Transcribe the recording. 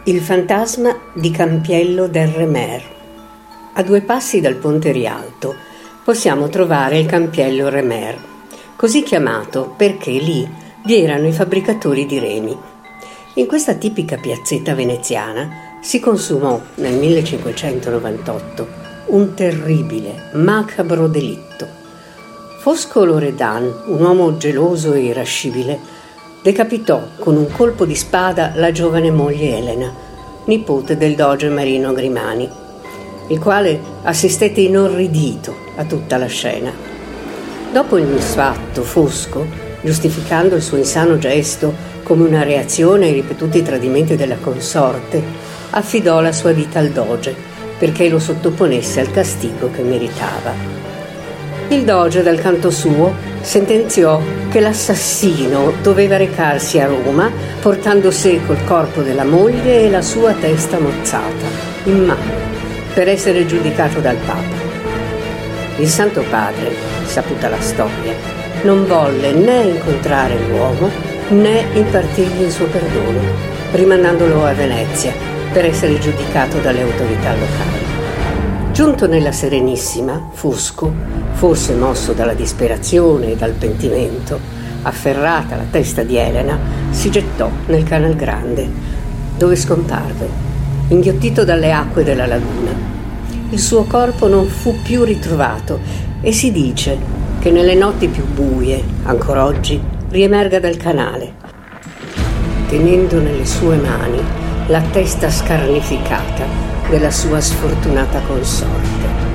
Il fantasma di Campiello del Remer. A 2 passi dal Ponte Rialto possiamo trovare il Campiello Remer, così chiamato perché lì vi erano i fabbricatori di remi. In questa tipica piazzetta veneziana si consumò nel 1598 un terribile, macabro delitto. Fosco Loredan, un uomo geloso e irascibile, decapitò con un colpo di spada la giovane moglie Elena, nipote del doge Marino Grimani, il quale assistette inorridito a tutta la scena. Dopo il misfatto, Fosco, giustificando il suo insano gesto come una reazione ai ripetuti tradimenti della consorte, affidò la sua vita al doge perché lo sottoponesse al castigo che meritava. Il doge, dal canto suo, sentenziò che l'assassino doveva recarsi a Roma portando seco il corpo della moglie e la sua testa mozzata, in mano, per essere giudicato dal Papa. Il Santo Padre, saputa la storia, non volle né incontrare l'uomo né impartirgli il suo perdono, rimandandolo a Venezia per essere giudicato dalle autorità locali. Giunto nella Serenissima, Fosco, forse mosso dalla disperazione e dal pentimento, afferrata la testa di Elena, si gettò nel Canal Grande, dove scomparve, inghiottito dalle acque della laguna. Il suo corpo non fu più ritrovato e si dice che nelle notti più buie, ancora oggi, riemerga dal canale, tenendo nelle sue mani la testa scarnificata della sua sfortunata consorte.